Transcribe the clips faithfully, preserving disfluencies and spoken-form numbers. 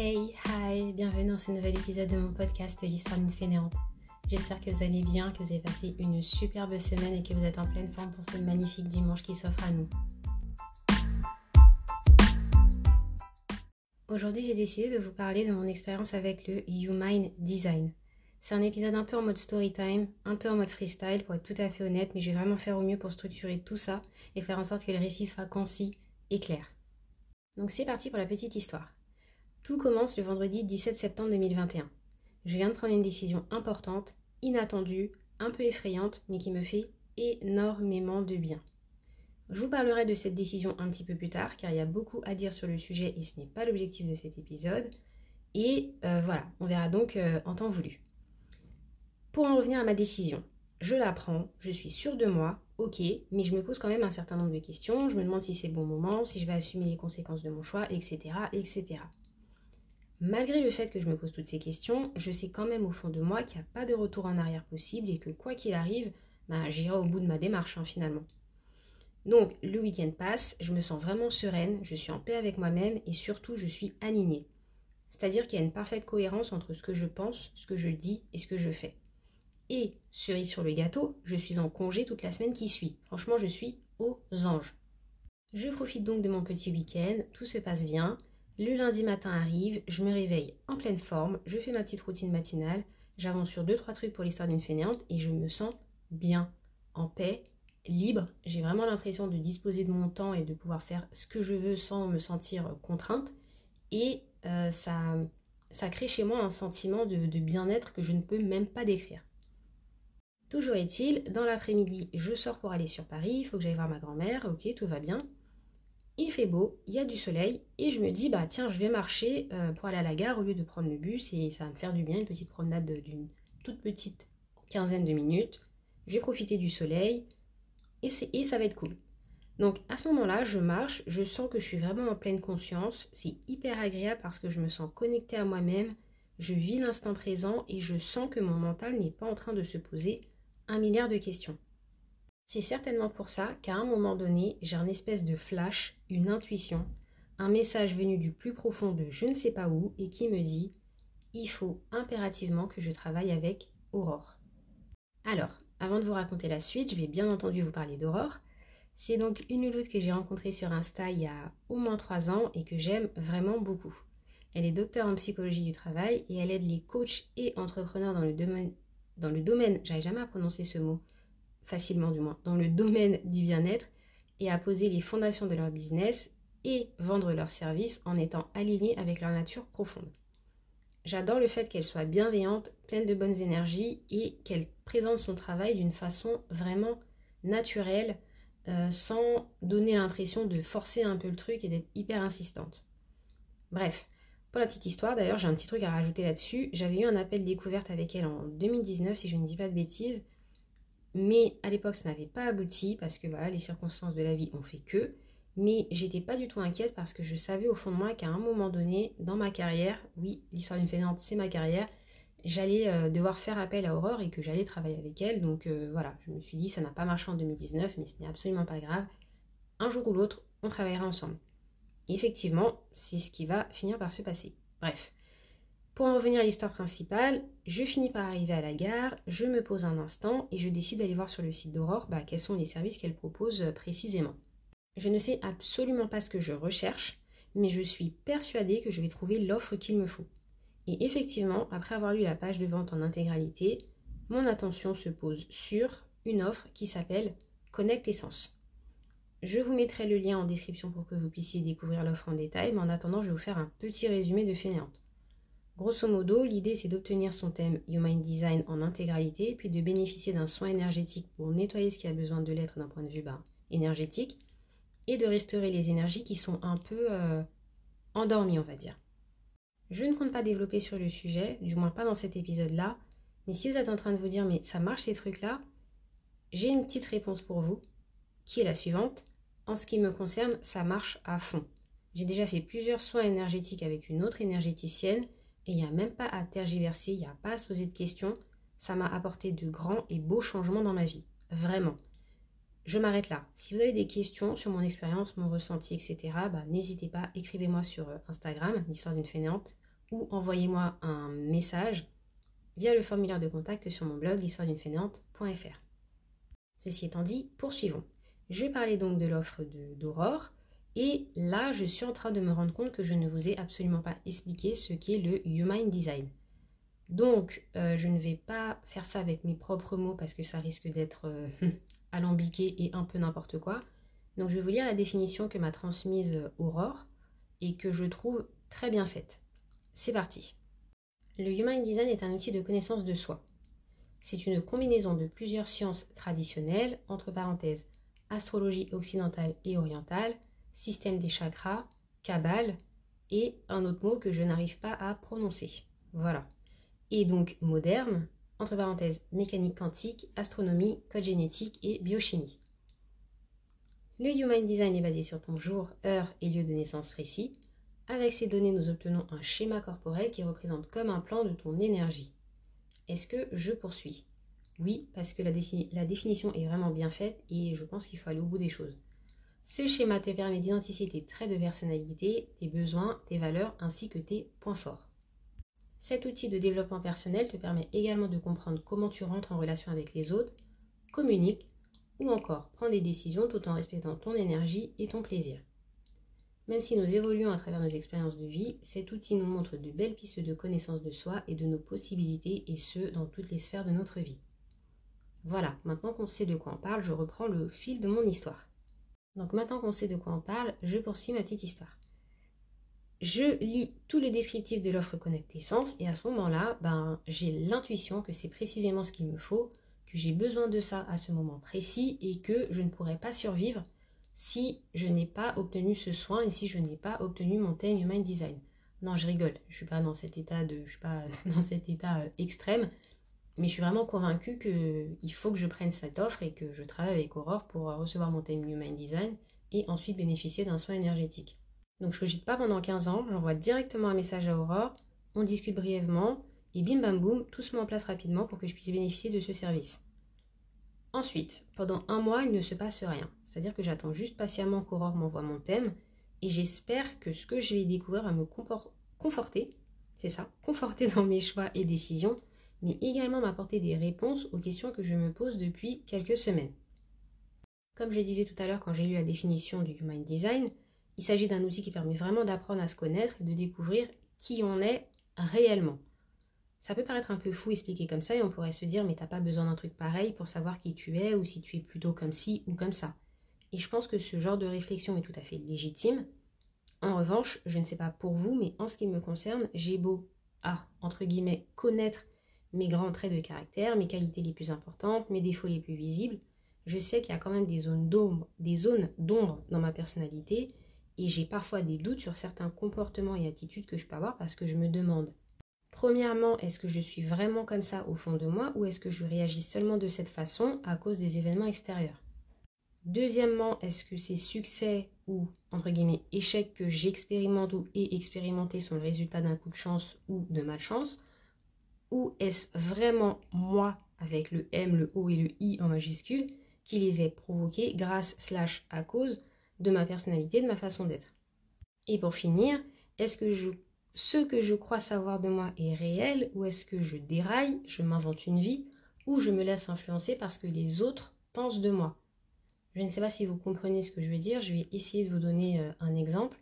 Hey, hi, bienvenue dans ce nouvel épisode de mon podcast L'histoire d'une fainéante. J'espère que vous allez bien, que vous avez passé une superbe semaine et que vous êtes en pleine forme pour ce magnifique dimanche qui s'offre à nous. Aujourd'hui, j'ai décidé de vous parler de mon expérience avec le Human Design. C'est un épisode un peu en mode story time, un peu en mode freestyle pour être tout à fait honnête, mais je vais vraiment faire au mieux pour structurer tout ça et faire en sorte que le récit soit concis et clair. Donc c'est parti pour la petite histoire. Tout commence le vendredi dix-sept septembre deux mille vingt et un. Je viens de prendre une décision importante, inattendue, un peu effrayante, mais qui me fait énormément de bien. Je vous parlerai de cette décision un petit peu plus tard, car il y a beaucoup à dire sur le sujet et ce n'est pas l'objectif de cet épisode. Et euh, voilà, on verra donc euh, en temps voulu. Pour en revenir à ma décision, je la prends, je suis sûre de moi, ok, mais je me pose quand même un certain nombre de questions, je me demande si c'est le bon moment, si je vais assumer les conséquences de mon choix, et cetera, et cetera. Malgré le fait que je me pose toutes ces questions, je sais quand même au fond de moi qu'il n'y a pas de retour en arrière possible et que quoi qu'il arrive, ben, j'irai au bout de ma démarche hein, finalement. Donc le week-end passe, je me sens vraiment sereine, je suis en paix avec moi-même et surtout je suis alignée. C'est-à-dire qu'il y a une parfaite cohérence entre ce que je pense, ce que je dis et ce que je fais. Et cerise sur le gâteau, je suis en congé toute la semaine qui suit. Franchement, je suis aux anges. Je profite donc de mon petit week-end, tout se passe bien. Le lundi matin arrive, je me réveille en pleine forme, je fais ma petite routine matinale, j'avance sur deux trois trucs pour l'histoire d'une fainéante et je me sens bien, en paix, libre. J'ai vraiment l'impression de disposer de mon temps et de pouvoir faire ce que je veux sans me sentir contrainte. Et euh, ça, ça crée chez moi un sentiment de, de bien-être que je ne peux même pas décrire. Toujours est-il, dans l'après-midi, je sors pour aller sur Paris, il faut que j'aille voir ma grand-mère, ok, tout va bien. Il fait beau, il y a du soleil et je me dis bah tiens je vais marcher euh, pour aller à la gare au lieu de prendre le bus et ça va me faire du bien, une petite promenade d'une toute petite quinzaine de minutes. Je vais profiter du soleil et, c'est, et ça va être cool. Donc à ce moment-là je marche, je sens que je suis vraiment en pleine conscience, c'est hyper agréable parce que je me sens connectée à moi-même, je vis l'instant présent et je sens que mon mental n'est pas en train de se poser un milliard de questions. C'est certainement pour ça qu'à un moment donné, j'ai un espèce de flash, une intuition, un message venu du plus profond de je ne sais pas où et qui me dit « Il faut impérativement que je travaille avec Aurore ». Alors, avant de vous raconter la suite, je vais bien entendu vous parler d'Aurore. C'est donc une louloute que j'ai rencontrée sur Insta il y a au moins trois ans et que j'aime vraiment beaucoup. Elle est docteure en psychologie du travail et elle aide les coachs et entrepreneurs dans le domaine, dans le domaine, j'arrive jamais à prononcer ce mot, facilement du moins, dans le domaine du bien-être et à poser les fondations de leur business et vendre leurs services en étant alignés avec leur nature profonde. J'adore le fait qu'elle soit bienveillante, pleine de bonnes énergies et qu'elle présente son travail d'une façon vraiment naturelle, euh, sans donner l'impression de forcer un peu le truc et d'être hyper insistante. Bref, pour la petite histoire, d'ailleurs j'ai un petit truc à rajouter là-dessus, j'avais eu un appel découverte avec elle en deux mille dix-neuf si je ne dis pas de bêtises. Mais à l'époque, ça n'avait pas abouti parce que voilà, les circonstances de la vie ont fait que. Mais j'étais pas du tout inquiète parce que je savais au fond de moi qu'à un moment donné, dans ma carrière, oui, l'histoire d'une fainéante, c'est ma carrière, j'allais euh, devoir faire appel à Aurore et que j'allais travailler avec elle. Donc euh, voilà, je me suis dit, ça n'a pas marché en deux mille dix-neuf, mais ce n'est absolument pas grave. Un jour ou l'autre, on travaillera ensemble. Et effectivement, c'est ce qui va finir par se passer. Bref. Pour en revenir à l'histoire principale, je finis par arriver à la gare, je me pose un instant et je décide d'aller voir sur le site d'Aurore bah, quels sont les services qu'elle propose précisément. Je ne sais absolument pas ce que je recherche, mais je suis persuadée que je vais trouver l'offre qu'il me faut. Et effectivement, après avoir lu la page de vente en intégralité, mon attention se pose sur une offre qui s'appelle Connect Essence. Je vous mettrai le lien en description pour que vous puissiez découvrir l'offre en détail, mais en attendant, je vais vous faire un petit résumé de fainéante. Grosso modo, l'idée c'est d'obtenir son thème Human Design en intégralité, puis de bénéficier d'un soin énergétique pour nettoyer ce qui a besoin de l'être d'un point de vue bah, énergétique, et de restaurer les énergies qui sont un peu euh, endormies, on va dire. Je ne compte pas développer sur le sujet, du moins pas dans cet épisode-là, mais si vous êtes en train de vous dire « mais ça marche ces trucs-là », j'ai une petite réponse pour vous, qui est la suivante. En ce qui me concerne, ça marche à fond. J'ai déjà fait plusieurs soins énergétiques avec une autre énergéticienne, et il n'y a même pas à tergiverser, il n'y a pas à se poser de questions. Ça m'a apporté de grands et beaux changements dans ma vie. Vraiment. Je m'arrête là. Si vous avez des questions sur mon expérience, mon ressenti, et cetera, bah, n'hésitez pas, écrivez-moi sur Instagram, l'histoire d'une fainéante, ou envoyez-moi un message via le formulaire de contact sur mon blog l'histoire d'une fainéante point f r. Ceci étant dit, poursuivons. Je parlais donc de l'offre d'Aurore, et là je suis en train de me rendre compte que je ne vous ai absolument pas expliqué ce qu'est le Human Design. Donc euh, je ne vais pas faire ça avec mes propres mots parce que ça risque d'être euh, alambiqué et un peu n'importe quoi. Donc je vais vous lire la définition que m'a transmise Aurore et que je trouve très bien faite. C'est parti. Le Human Design est un outil de connaissance de soi. C'est une combinaison de plusieurs sciences traditionnelles, entre parenthèses, astrologie occidentale et orientale, système des chakras, Kabbale et un autre mot que je n'arrive pas à prononcer. Voilà. Et donc moderne, entre parenthèses, mécanique quantique, astronomie, code génétique et biochimie. Le Human Design est basé sur ton jour, heure et lieu de naissance précis. Avec ces données, nous obtenons un schéma corporel qui représente comme un plan de ton énergie. Est-ce que je poursuis? Oui, parce que la, la définition est vraiment bien faite et je pense qu'il faut aller au bout des choses. Ce schéma te permet d'identifier tes traits de personnalité, tes besoins, tes valeurs ainsi que tes points forts. Cet outil de développement personnel te permet également de comprendre comment tu rentres en relation avec les autres, communiques ou encore prends des décisions tout en respectant ton énergie et ton plaisir. Même si nous évoluons à travers nos expériences de vie, cet outil nous montre de belles pistes de connaissance de soi et de nos possibilités, et ce, dans toutes les sphères de notre vie. Voilà, maintenant qu'on sait de quoi on parle, je reprends le fil de mon histoire. Donc maintenant qu'on sait de quoi on parle, je poursuis ma petite histoire. Je lis tous les descriptifs de l'offre Connect Essence et à ce moment-là, ben, j'ai l'intuition que c'est précisément ce qu'il me faut, que j'ai besoin de ça à ce moment précis et que je ne pourrais pas survivre si je n'ai pas obtenu ce soin et si je n'ai pas obtenu mon thème Human Design. Non, je rigole, je ne suis pas dans cet état, de, je suis pas dans cet état euh, extrême, mais je suis vraiment convaincue qu'il faut que je prenne cette offre et que je travaille avec Aurore pour recevoir mon thème Human Design et ensuite bénéficier d'un soin énergétique. Donc je ne cogite pas pendant quinze ans, j'envoie directement un message à Aurore, on discute brièvement et bim bam boum, tout se met en place rapidement pour que je puisse bénéficier de ce service. Ensuite, pendant un mois, il ne se passe rien. C'est-à-dire que j'attends juste patiemment qu'Aurore m'envoie mon thème et j'espère que ce que je vais découvrir va me conforter, c'est ça, conforter dans mes choix et décisions, mais également m'apporter des réponses aux questions que je me pose depuis quelques semaines. Comme je disais tout à l'heure quand j'ai lu la définition du Human Design, il s'agit d'un outil qui permet vraiment d'apprendre à se connaître et de découvrir qui on est réellement. Ça peut paraître un peu fou expliqué comme ça et on pourrait se dire mais t'as pas besoin d'un truc pareil pour savoir qui tu es ou si tu es plutôt comme ci ou comme ça. Et je pense que ce genre de réflexion est tout à fait légitime. En revanche, je ne sais pas pour vous, mais en ce qui me concerne, j'ai beau à, entre guillemets, connaître mes grands traits de caractère, mes qualités les plus importantes, mes défauts les plus visibles, je sais qu'il y a quand même des zones d'ombre, des zones d'ombre dans ma personnalité et j'ai parfois des doutes sur certains comportements et attitudes que je peux avoir parce que je me demande premièrement, est-ce que je suis vraiment comme ça au fond de moi ou est-ce que je réagis seulement de cette façon à cause des événements extérieurs? Deuxièmement, est-ce que ces succès ou, entre guillemets, échecs que j'expérimente ou ai expérimentés sont le résultat d'un coup de chance ou de malchance? Ou est-ce vraiment moi, avec le M, le O et le I en majuscule, qui les ai provoqués grâce slash à cause de ma personnalité, de ma façon d'être? Et pour finir, est-ce que je ce que je crois savoir de moi est réel ou est-ce que je déraille, je m'invente une vie ou je me laisse influencer parce que les autres pensent de moi? Je ne sais pas si vous comprenez ce que je veux dire, je vais essayer de vous donner euh, un exemple.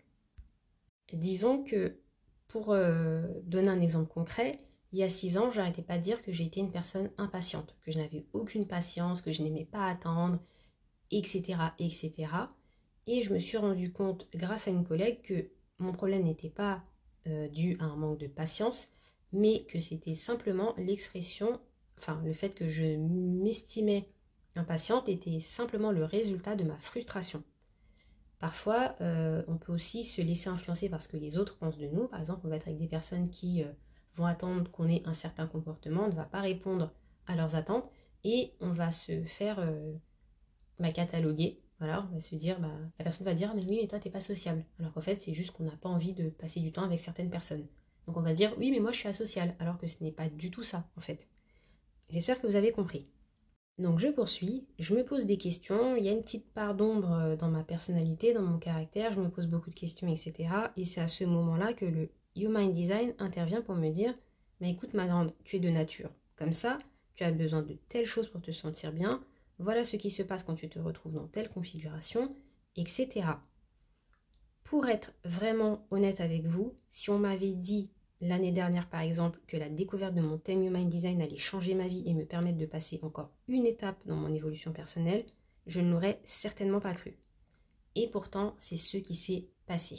Disons que pour euh, donner un exemple concret, il y a six ans, j'arrêtais pas de dire que j'étais une personne impatiente, que je n'avais aucune patience, que je n'aimais pas attendre, et cetera, et cetera. Et je me suis rendu compte, grâce à une collègue, que mon problème n'était pas Euh, dû à un manque de patience, mais que c'était simplement l'expression, enfin le fait que je m'estimais impatiente était simplement le résultat de ma frustration. Parfois, euh, on peut aussi se laisser influencer par ce que les autres pensent de nous. Par exemple, on va être avec des personnes qui euh, vont attendre qu'on ait un certain comportement, on ne va pas répondre à leurs attentes et on va se faire euh, bah, cataloguer. Voilà, on va se dire, bah, la personne va dire, mais oui, mais toi, t'es pas sociable. Alors qu'en fait, c'est juste qu'on n'a pas envie de passer du temps avec certaines personnes. Donc on va se dire, oui, mais moi, je suis asociale. Alors que ce n'est pas du tout ça, en fait. J'espère que vous avez compris. Donc je poursuis, je me pose des questions, il y a une petite part d'ombre dans ma personnalité, dans mon caractère, je me pose beaucoup de questions, et cetera. Et c'est à ce moment-là que le Human Design intervient pour me dire, mais écoute ma grande, tu es de nature. Comme ça, tu as besoin de telle chose pour te sentir bien. Voilà ce qui se passe quand tu te retrouves dans telle configuration, et cetera. Pour être vraiment honnête avec vous, si on m'avait dit l'année dernière par exemple que la découverte de mon thème Human Design allait changer ma vie et me permettre de passer encore une étape dans mon évolution personnelle, je ne l'aurais certainement pas cru. Et pourtant, c'est ce qui s'est passé.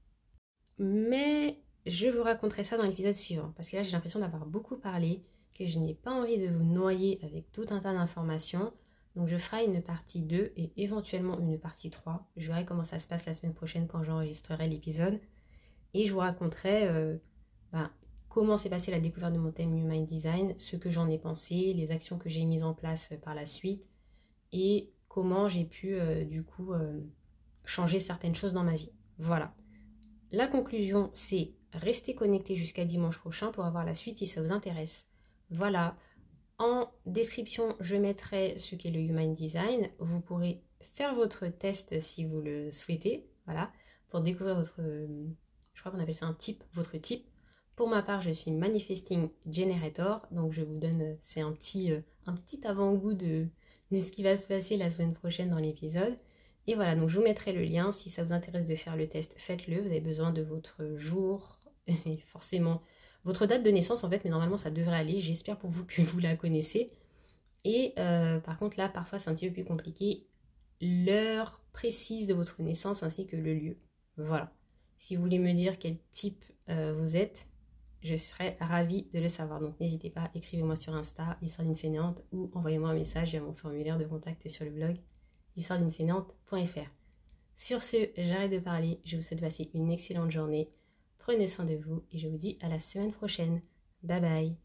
Mais je vous raconterai ça dans l'épisode suivant, parce que là j'ai l'impression d'avoir beaucoup parlé, que je n'ai pas envie de vous noyer avec tout un tas d'informations. Donc je ferai une partie deux et éventuellement une partie trois. Je verrai comment ça se passe la semaine prochaine quand j'enregistrerai l'épisode. Et je vous raconterai euh, bah, comment s'est passée la découverte de mon thème Human Design, ce que j'en ai pensé, les actions que j'ai mises en place par la suite et comment j'ai pu euh, du coup euh, changer certaines choses dans ma vie. Voilà. La conclusion, c'est rester connecté jusqu'à dimanche prochain pour avoir la suite si ça vous intéresse. Voilà. En description, je mettrai ce qu'est le Human Design. Vous pourrez faire votre test si vous le souhaitez. Voilà. Pour découvrir votre, je crois qu'on appelle ça un type, votre type. Pour ma part, je suis Manifesting Generator. Donc je vous donne, c'est un petit, un petit avant-goût de, de ce qui va se passer la semaine prochaine dans l'épisode. Et voilà, donc je vous mettrai le lien. Si ça vous intéresse de faire le test, faites-le. Vous avez besoin de votre jour et forcément votre date de naissance en fait, mais normalement ça devrait aller. J'espère pour vous que vous la connaissez. Et euh, par contre là, parfois c'est un petit peu plus compliqué. L'heure précise de votre naissance ainsi que le lieu. Voilà. Si vous voulez me dire quel type euh, vous êtes, je serais ravie de le savoir. Donc n'hésitez pas, écrivez-moi sur Insta, Histoire d'une fainéante, ou envoyez-moi un message à mon formulaire de contact sur le blog histoire d'une fainéante point f r. Sur ce, j'arrête de parler. Je vous souhaite de passer une excellente journée. Prenez soin de vous et je vous dis à la semaine prochaine. Bye bye.